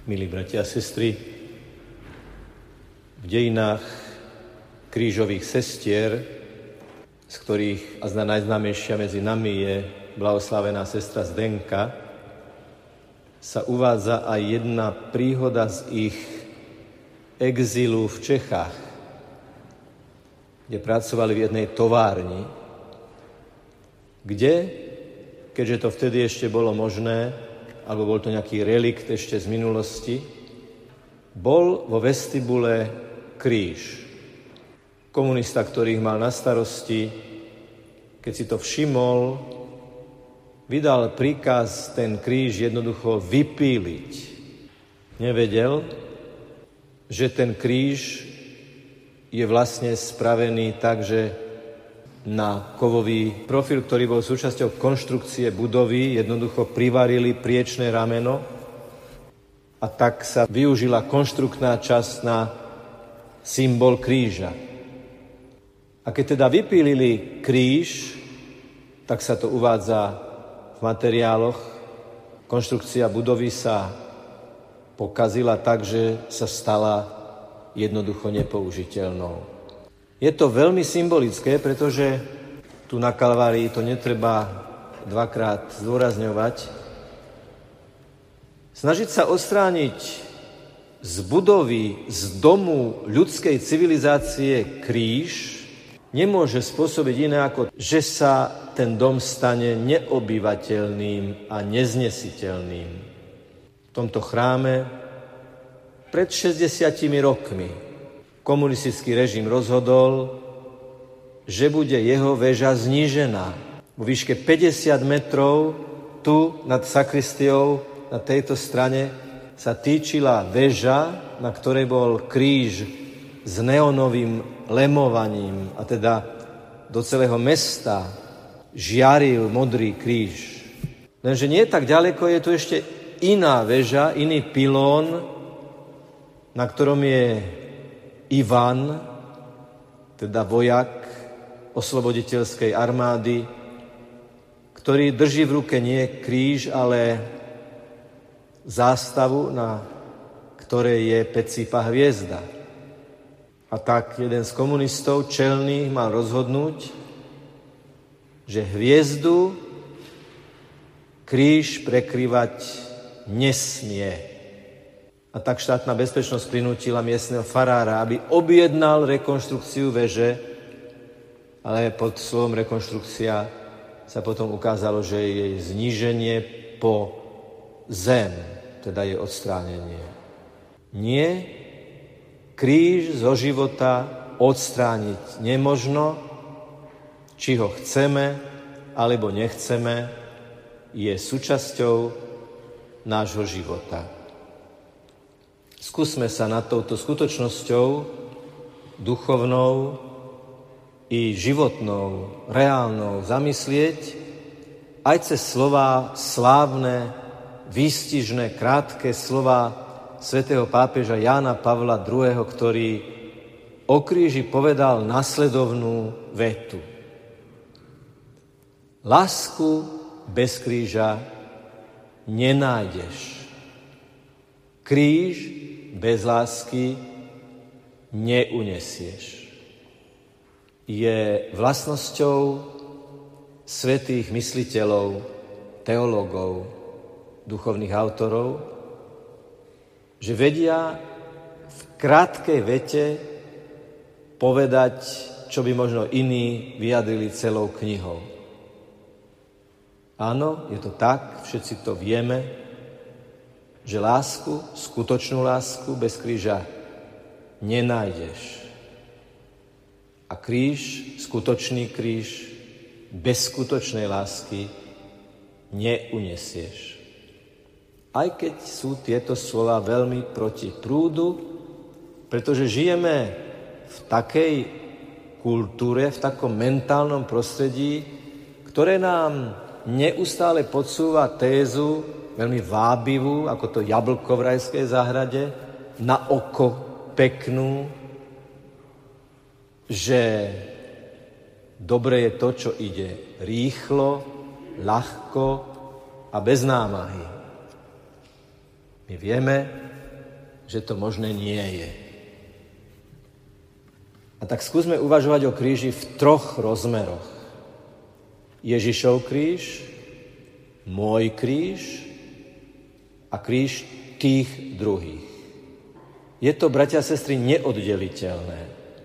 Milí bratia a sestry, v dejinách krížových sestier, z ktorých azda najznámejšia medzi nami je blahoslavená sestra Zdenka, sa uvádza aj jedna príhoda z ich exilu v Čechách, kde pracovali v jednej továrni, kde, keďže to vtedy ešte bolo možné, alebo bol to nejaký relikt ešte z minulosti, bol vo vestibule kríž. Komunista, ktorý ich mal na starosti, keď si to všimol, vydal príkaz ten kríž jednoducho vypíliť. Nevedel, že ten kríž je vlastne spravený tak, že na kovový profil, ktorý bol súčasťou konštrukcie budovy, jednoducho privarili priečné rameno a tak sa využila konštruktná časť na symbol kríža. A keď teda vypílili kríž, tak sa to uvádza v materiáloch, konštrukcia budovy sa pokazila tak, že sa stala jednoducho nepoužiteľnou. Je to veľmi symbolické, pretože tu na Kalvárii to netreba dvakrát zdôrazňovať. Snažiť sa odstrániť z budovy, z domu ľudskej civilizácie kríž nemôže spôsobiť iné, ako že sa ten dom stane neobyvateľným a neznesiteľným. V tomto chráme pred 60 rokmi komunistický režim rozhodol, že bude jeho väža znížená. Vo výške 50 metrov tu nad sakristiou na tejto strane sa týčila väža, na ktorej bol kríž s neonovým lemovaním, a teda do celého mesta žiaril modrý kríž. Lenže nie tak ďaleko je tu ešte iná väža, iný pilón, na ktorom je Ivan, teda vojak osloboditeľskej armády, ktorý drží v ruke nie kríž, ale zástavu, na ktorej je päcípa hviezda. A tak jeden z komunistov čelných mal rozhodnúť, že hviezdu kríž prekrývať nesmie. A tak štátna bezpečnosť prinútila miestneho farára, aby objednal rekonštrukciu veže, ale pod slovom rekonštrukcia sa potom ukázalo, že je jej zníženie po zem, teda je odstránenie. Nie, kríž zo života odstrániť nemožno, či ho chceme, alebo nechceme, je súčasťou nášho života. Skúsme sa nad touto skutočnosťou duchovnou i životnou, reálnou zamyslieť aj cez slová slávne, výstižné, krátke slová svätého pápeža Jána Pavla II., ktorý o kríži povedal nasledovnú vetu. Lásku bez kríža nenájdeš. Kríž bez lásky neunesieš. Je vlastnosťou svätých mysliteľov, teológov, duchovných autorov, že vedia v krátkej vete povedať, čo by možno iní vyjadrili celou knihou. Áno, je to tak, všetci to vieme, že lásku, skutočnú lásku bez kríža nenájdeš. A kríž, skutočný kríž, bez skutočnej lásky neunesieš. Aj keď sú tieto slova veľmi proti prúdu, pretože žijeme v takej kultúre, v takom mentálnom prostredí, ktoré nám neustále podsúva tézu, veľmi vábivú, ako to jablko v rajskej záhrade, na oko peknú, že dobre je to, čo ide rýchlo, ľahko a bez námahy. My vieme, že to možné nie je. A tak skúsme uvažovať o kríži v 3 rozmeroch. Ježišov kríž, môj kríž a kríž tých druhých. Je to, bratia a sestry, neoddeliteľné.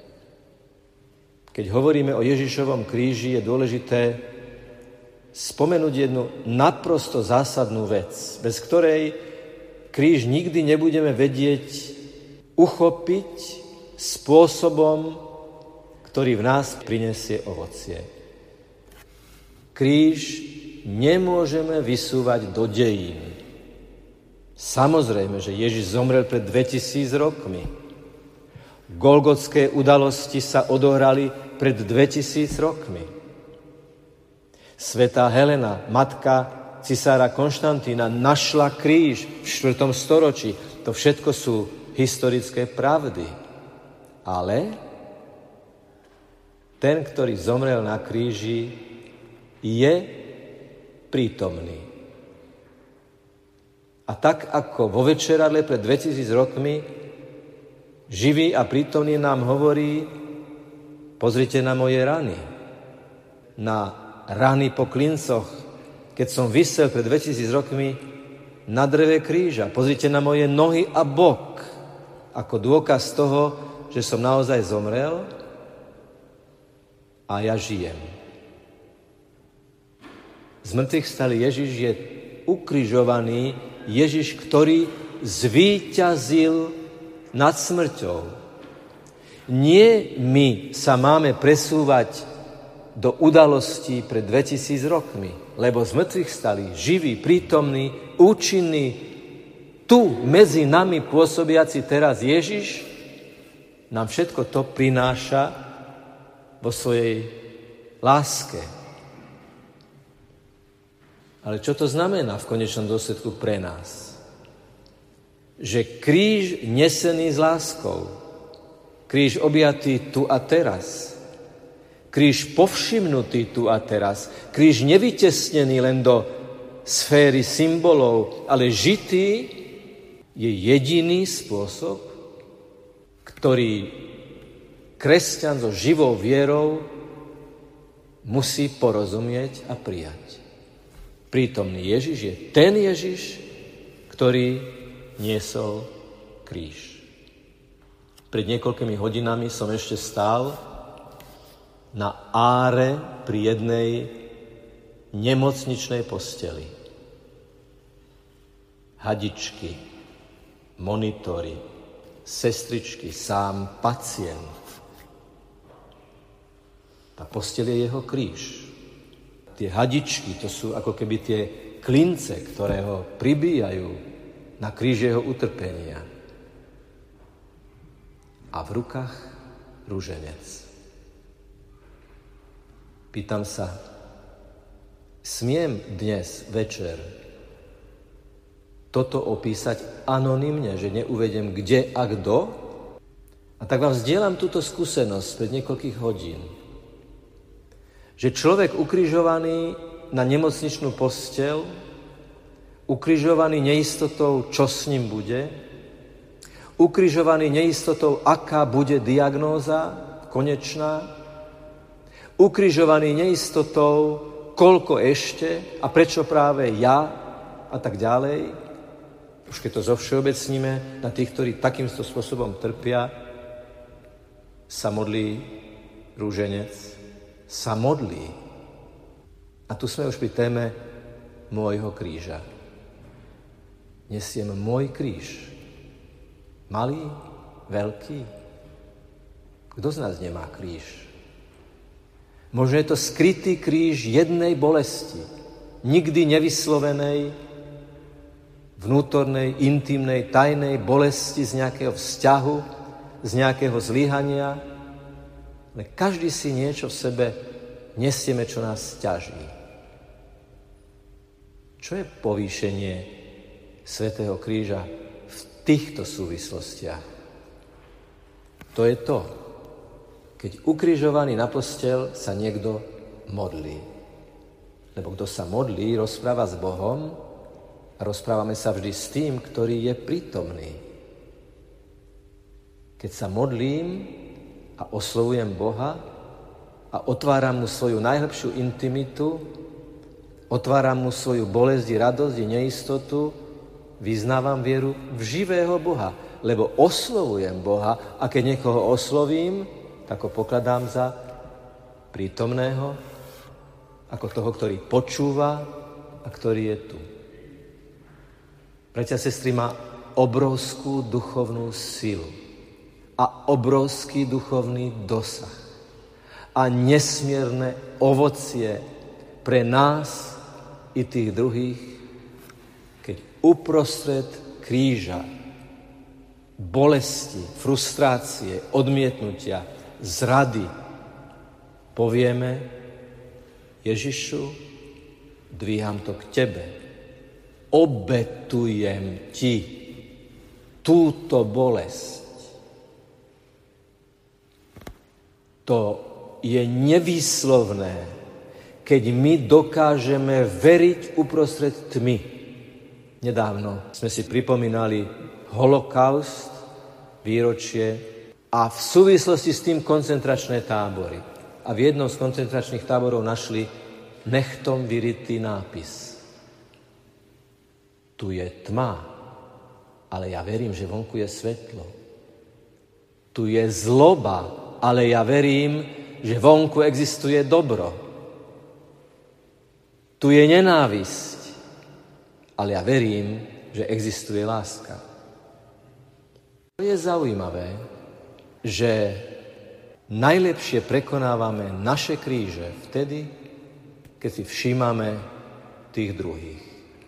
Keď hovoríme o Ježišovom kríži, je dôležité spomenúť jednu naprosto zásadnú vec, bez ktorej kríž nikdy nebudeme vedieť uchopiť spôsobom, ktorý v nás prinesie ovocie. Kríž nemôžeme vysúvať do dejín. Samozrejme, že Ježiš zomrel pred 2000 rokmi. Golgotské udalosti sa odohrali pred 2000 rokmi. Svätá Helena, matka cisára Konštantína, našla kríž v 4. storočí. To všetko sú historické pravdy. Ale ten, ktorý zomrel na kríži, je prítomný. A tak, ako vo večeradle pred 2000 rokmi živý a prítomný nám hovorí: pozrite na moje rany, na rany po klincoch, keď som visel pred 2000 rokmi na dreve kríža. Pozrite na moje nohy a bok, ako dôkaz toho, že som naozaj zomrel a ja žijem. Z mŕtvych vstalý Ježiš je ukrižovaný Ježiš, ktorý zvíťazil nad smrťou. Nie my sa máme presúvať do udalostí pred 2000 rokmi, lebo z mŕtvych vstalý, živý, prítomný, účinný, tu medzi nami pôsobiaci teraz Ježiš nám všetko to prináša vo svojej láske. Ale čo to znamená v konečnom dôsledku pre nás? Že kríž nesený s láskou, kríž objatý tu a teraz, kríž povšimnutý tu a teraz, kríž nevytesnený len do sféry symbolov, ale žitý, je jediný spôsob, ktorý kresťan so živou vierou musí porozumieť a prijať. Prítomný Ježiš je ten Ježiš, ktorý niesol kríž. Pred niekoľkými hodinami som ešte stál na áre pri jednej nemocničnej posteli. Hadičky, monitory, sestričky, sám pacient. Tá posteľ je jeho kríž. Tie hadičky, to sú ako keby tie klince, ktoré ho pribíjajú na kríž jeho utrpenia. A v rukách ruženec. Pýtam sa, smiem dnes večer toto opísať anonymne, že neuvedem kde a kto? A tak vám zdieľam túto skúsenosť pred niekoľkých hodín. Že človek ukrižovaný na nemocničnú posteľ, ukrižovaný neistotou, čo s ním bude, ukrižovaný neistotou, aká bude diagnóza konečná, ukrižovaný neistotou, koľko ešte a prečo práve ja a tak ďalej. Už keď to zovšeobecníme, na tých, ktorí takýmto spôsobom trpia, sa modlí rúženec, sa modlí. A tu sme už pri téme môjho kríža. Nesiem môj kríž. Malý, veľký. Kto z nás nemá kríž? Možno je to skrytý kríž jednej bolesti, nikdy nevyslovenej, vnútornej, intimnej, tajnej bolesti z nejakého vzťahu, z nejakého zlyhania. Ale každý si niečo v sebe nesieme, čo nás ťaží. Čo je povýšenie Svätého kríža v týchto súvislostiach? To je to, keď ukrižovaný na posteľ sa niekto modlí. Lebo kto sa modlí, rozpráva s Bohom a rozprávame sa vždy s tým, ktorý je prítomný. Keď sa modlím a oslovujem Boha a otváram mu svoju najhlbšiu intimitu, otváram mu svoju bolesť, radosť i neistotu, vyznávam vieru v živého Boha, lebo oslovujem Boha a keď niekoho oslovím, tak ho pokladám za prítomného, ako toho, ktorý počúva a ktorý je tu. Bratia a sestry, má obrovskú duchovnú silu a obrovský duchovný dosah a nesmierne ovocie pre nás i tých druhých, keď uprostred kríža bolesti, frustrácie, odmietnutia, zrady povieme: Ježišu, dvíham to k Tebe. Obetujem Ti túto bolesť. To je nevýslovné, keď my dokážeme veriť uprostred tmy. Nedávno sme si pripomínali holokaust, výročie a v súvislosti s tým koncentračné tábory. A v jednom z koncentračných táborov našli nechtom vyrytý nápis. Tu je tma, ale ja verím, že vonku je svetlo. Tu je zloba, ale ja verím, že vonku existuje dobro. Tu je nenávisť, ale ja verím, že existuje láska. To je zaujímavé, že najlepšie prekonávame naše kríže vtedy, keď si všímame tých druhých.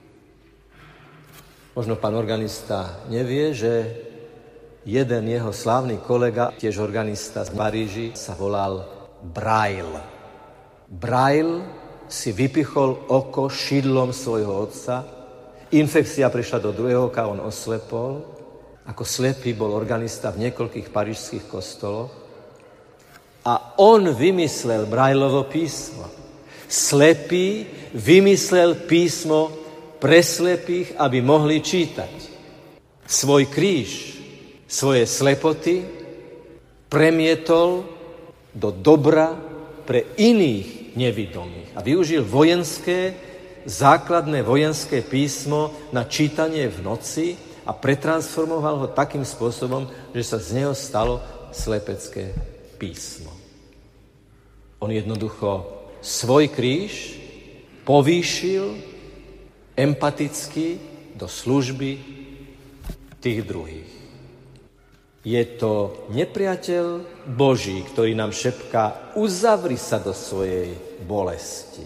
Možno pán organista nevie, že jeden jeho slávny kolega, tiež organista z Paríži, sa volal Braille. Braille si vypichol oko šidlom svojho otca, infekcia prišla do druhého oka, on oslepol. Ako slepý bol organista v niekoľkých parížských kostoloch. A on vymyslel Braillovo písmo. Slepý vymyslel písmo pre slepých, aby mohli čítať. Svoj kríž, svoje slepoty premietol do dobra pre iných nevidomých. A využil základné vojenské písmo na čítanie v noci a pretransformoval ho takým spôsobom, že sa z neho stalo slepecké písmo. On jednoducho svoj kríž povýšil empaticky do služby tých druhých. Je to nepriateľ Boží, ktorý nám šepká: uzavri sa do svojej bolesti.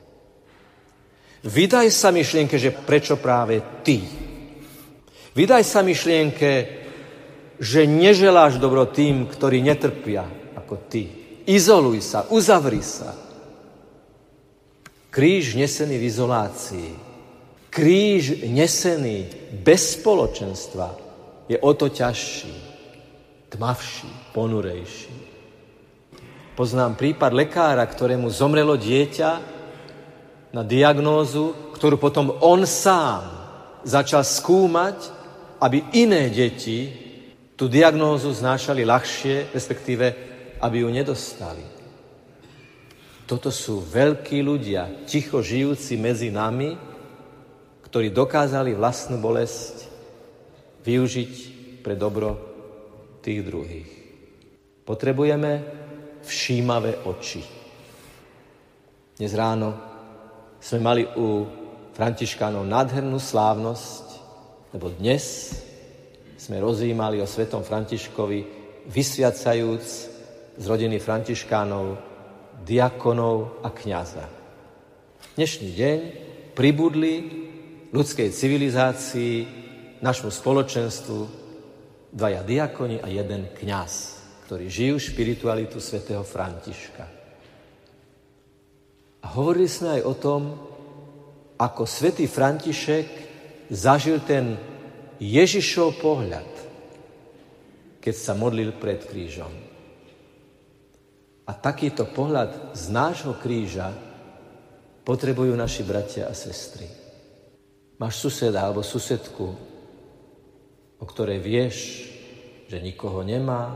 Vydaj sa myšlienke, že prečo práve ty. Vydaj sa myšlienke, že neželáš dobro tým, ktorí netrpia ako ty. Izoluj sa, uzavri sa. Kríž nesený v izolácii, kríž nesený bez spoločenstva je o to ťažší, tmavší, ponurejší. Poznám prípad lekára, ktorému zomrelo dieťa na diagnózu, ktorú potom on sám začal skúmať, aby iné deti tú diagnózu znášali ľahšie, respektíve, aby ju nedostali. Toto sú veľkí ľudia, ticho žijúci medzi nami, ktorí dokázali vlastnú bolesť využiť pre dobro tých druhých. Potrebujeme všímavé oči. Dnes ráno sme mali u františkánov nádhernú slávnosť, lebo dnes sme rozjímali o svätom Františkovi, vysviacajúc z rodiny františkánov diakonov a kňaza. Dnešný deň pribudli ľudskej civilizácii, našmu spoločenstvu, dvaja diakoni a jeden kňaz, ktorí žijú špiritualitu svätého Františka. A hovorili sme aj o tom, ako svätý František zažil ten Ježišov pohľad, keď sa modlil pred krížom. A takýto pohľad z nášho kríža potrebujú naši bratia a sestry. Máš suseda alebo susedku, o ktorej vieš, že nikoho nemá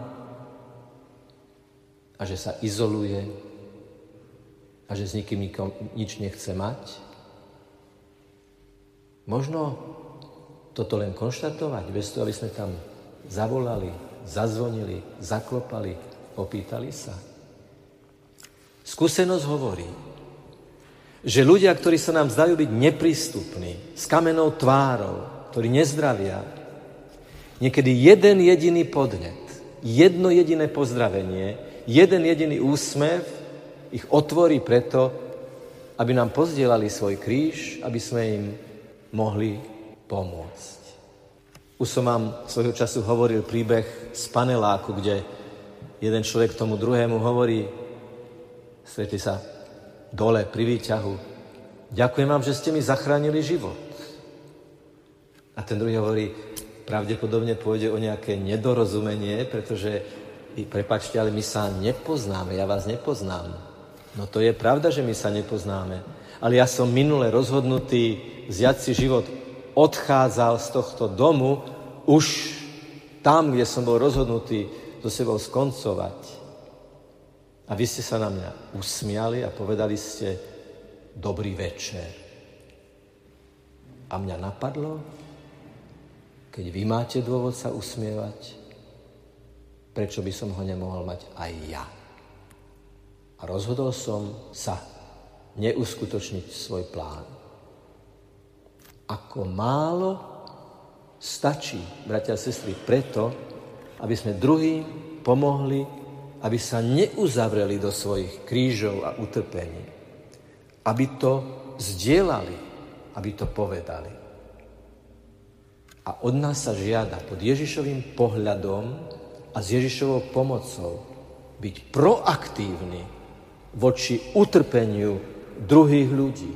a že sa izoluje a že s nikým nič nechce mať. Možno toto len konštatovať, bez toho, aby sme tam zavolali, zazvonili, zaklopali, opýtali sa. Skúsenosť hovorí, že ľudia, ktorí sa nám zdajú byť neprístupní, s kamennou tvárou, ktorí nezdravia, niekedy jeden jediný podnet, jedno jediné pozdravenie, jeden jediný úsmev ich otvorí preto, aby nám pozdielali svoj kríž, aby sme im mohli pomôcť. Už som vám svojho času hovoril príbeh z paneláku, kde jeden človek tomu druhému hovorí, stretli sa dole pri výťahu, ďakujem vám, že ste mi zachránili život. A ten druhý hovorí, pravdepodobne pôjde o nejaké nedorozumenie, pretože, prepáčte, ale my sa nepoznáme, ja vás nepoznám. No to je pravda, že my sa nepoznáme, ale ja som minule rozhodnutý vziať si život, odchádzal z tohto domu, už tam, kde som bol rozhodnutý so sebou skoncovať. A vy ste sa na mňa usmiali a povedali ste dobrý večer. A mňa napadlo, keď vy máte dôvod sa usmievať, prečo by som ho nemohol mať aj ja. A rozhodol som sa neuskutočniť svoj plán. Ako málo stačí, bratia a sestry, preto, aby sme druhým pomohli, aby sa neuzavreli do svojich krížov a utrpení. Aby to zdieľali, aby to povedali. A od nás sa žiada pod Ježišovým pohľadom a s Ježišovou pomocou byť proaktívny voči utrpeniu druhých ľudí.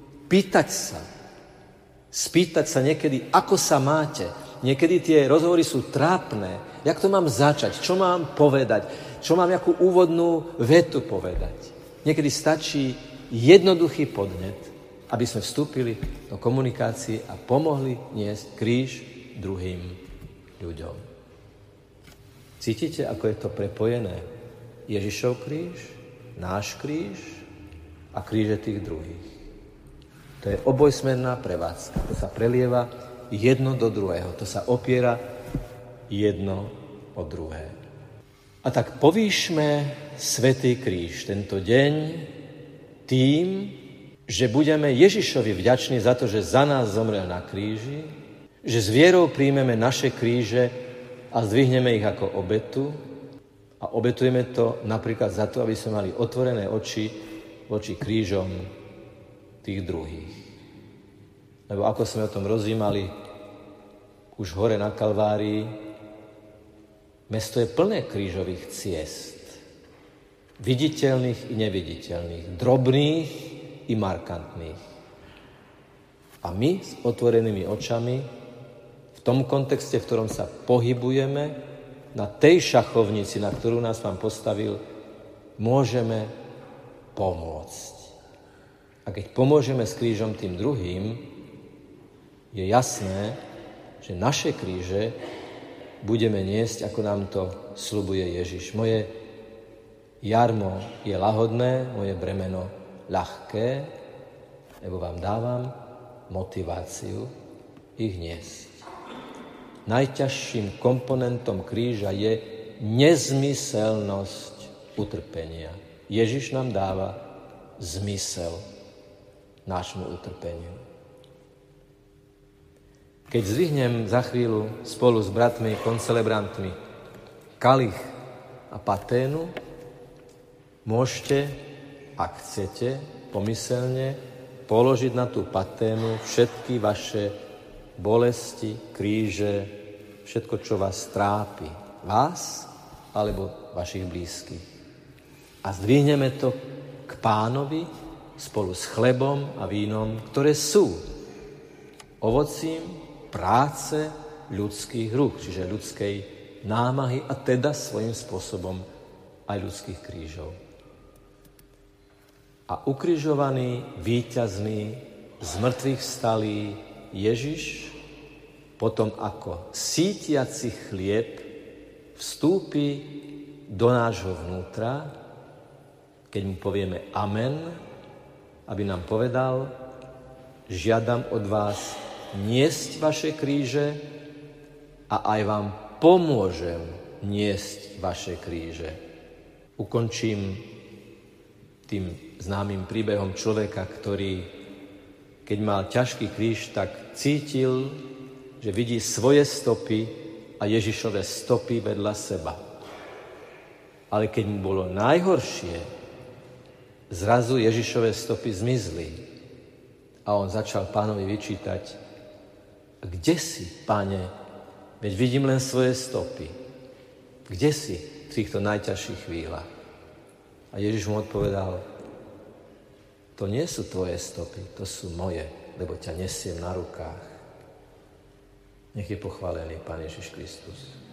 Spýtať sa niekedy, ako sa máte. Niekedy tie rozhovory sú trápne. Jak to mám začať? Čo mám povedať? Čo mám, jakú úvodnú vetu povedať? Niekedy stačí jednoduchý podnet, aby sme vstúpili do komunikácie a pomohli niesť kríž druhým ľuďom. Cítite, ako je to prepojené? Ježišov kríž, náš kríž a kríže tých druhých. To je obojsmerná prevádzka. To sa prelieva jedno do druhého. To sa opiera jedno o druhé. A tak povýšme Svätý kríž tento deň tým, že budeme Ježišovi vďační za to, že za nás zomrel na kríži, že s vierou príjmeme naše kríže a zdvihneme ich ako obetu a obetujeme to napríklad za to, aby sme mali otvorené oči voči krížom tých druhých. Lebo ako sme o tom rozjímali už hore na Kalvárii, mesto je plné krížových ciest. Viditeľných i neviditeľných, drobných i markantných. A my s otvorenými očami v tom kontexte, v ktorom sa pohybujeme, na tej šachovnici, na ktorú nás Pán postavil, môžeme pomôcť. A keď pomôžeme s krížom tým druhým, je jasné, že naše kríže budeme niesť, ako nám to sľubuje Ježiš. Moje jarmo je lahodné, moje bremeno ľahké, lebo vám dávam motiváciu ich niesť. Najťažším komponentom kríža je nezmyselnosť utrpenia. Ježiš nám dáva zmysel nášmu utrpeniu. Keď zdvihnem za chvíľu spolu s bratmi, koncelebrantmi kalich a paténu, môžete, ak chcete, pomyselne položiť na tú paténu všetky vaše bolesti, kríže, všetko, čo vás trápi. Vás alebo vašich blízkych. A zdvihneme to k Pánovi spolu s chlebom a vínom, ktoré sú ovocím práce ľudských rúk, čiže ľudskej námahy a teda svojím spôsobom aj ľudských krížov. A ukrižovaný, víťazný, z mŕtvych vstalý Ježiš, potom ako sítiaci chlieb vstúpi do nášho vnútra, keď mu povieme amen, aby nám povedal: žiadam od vás niesť vaše kríže a aj vám pomôžem niesť vaše kríže. Ukončím tým známym príbehom človeka, ktorý, keď mal ťažký kríž, tak cítil, že vidí svoje stopy a Ježišove stopy vedľa seba. Ale keď mu bolo najhoršie, zrazu Ježišove stopy zmizli a on začal Pánovi vyčítať: kde si, Pane? Veď vidím len svoje stopy. Kde si v týchto najťažších chvíľach? A Ježiš mu odpovedal: to nie sú tvoje stopy, to sú moje, lebo ťa nesiem na rukách. Nech je pochválený Pán Ježiš Kristus.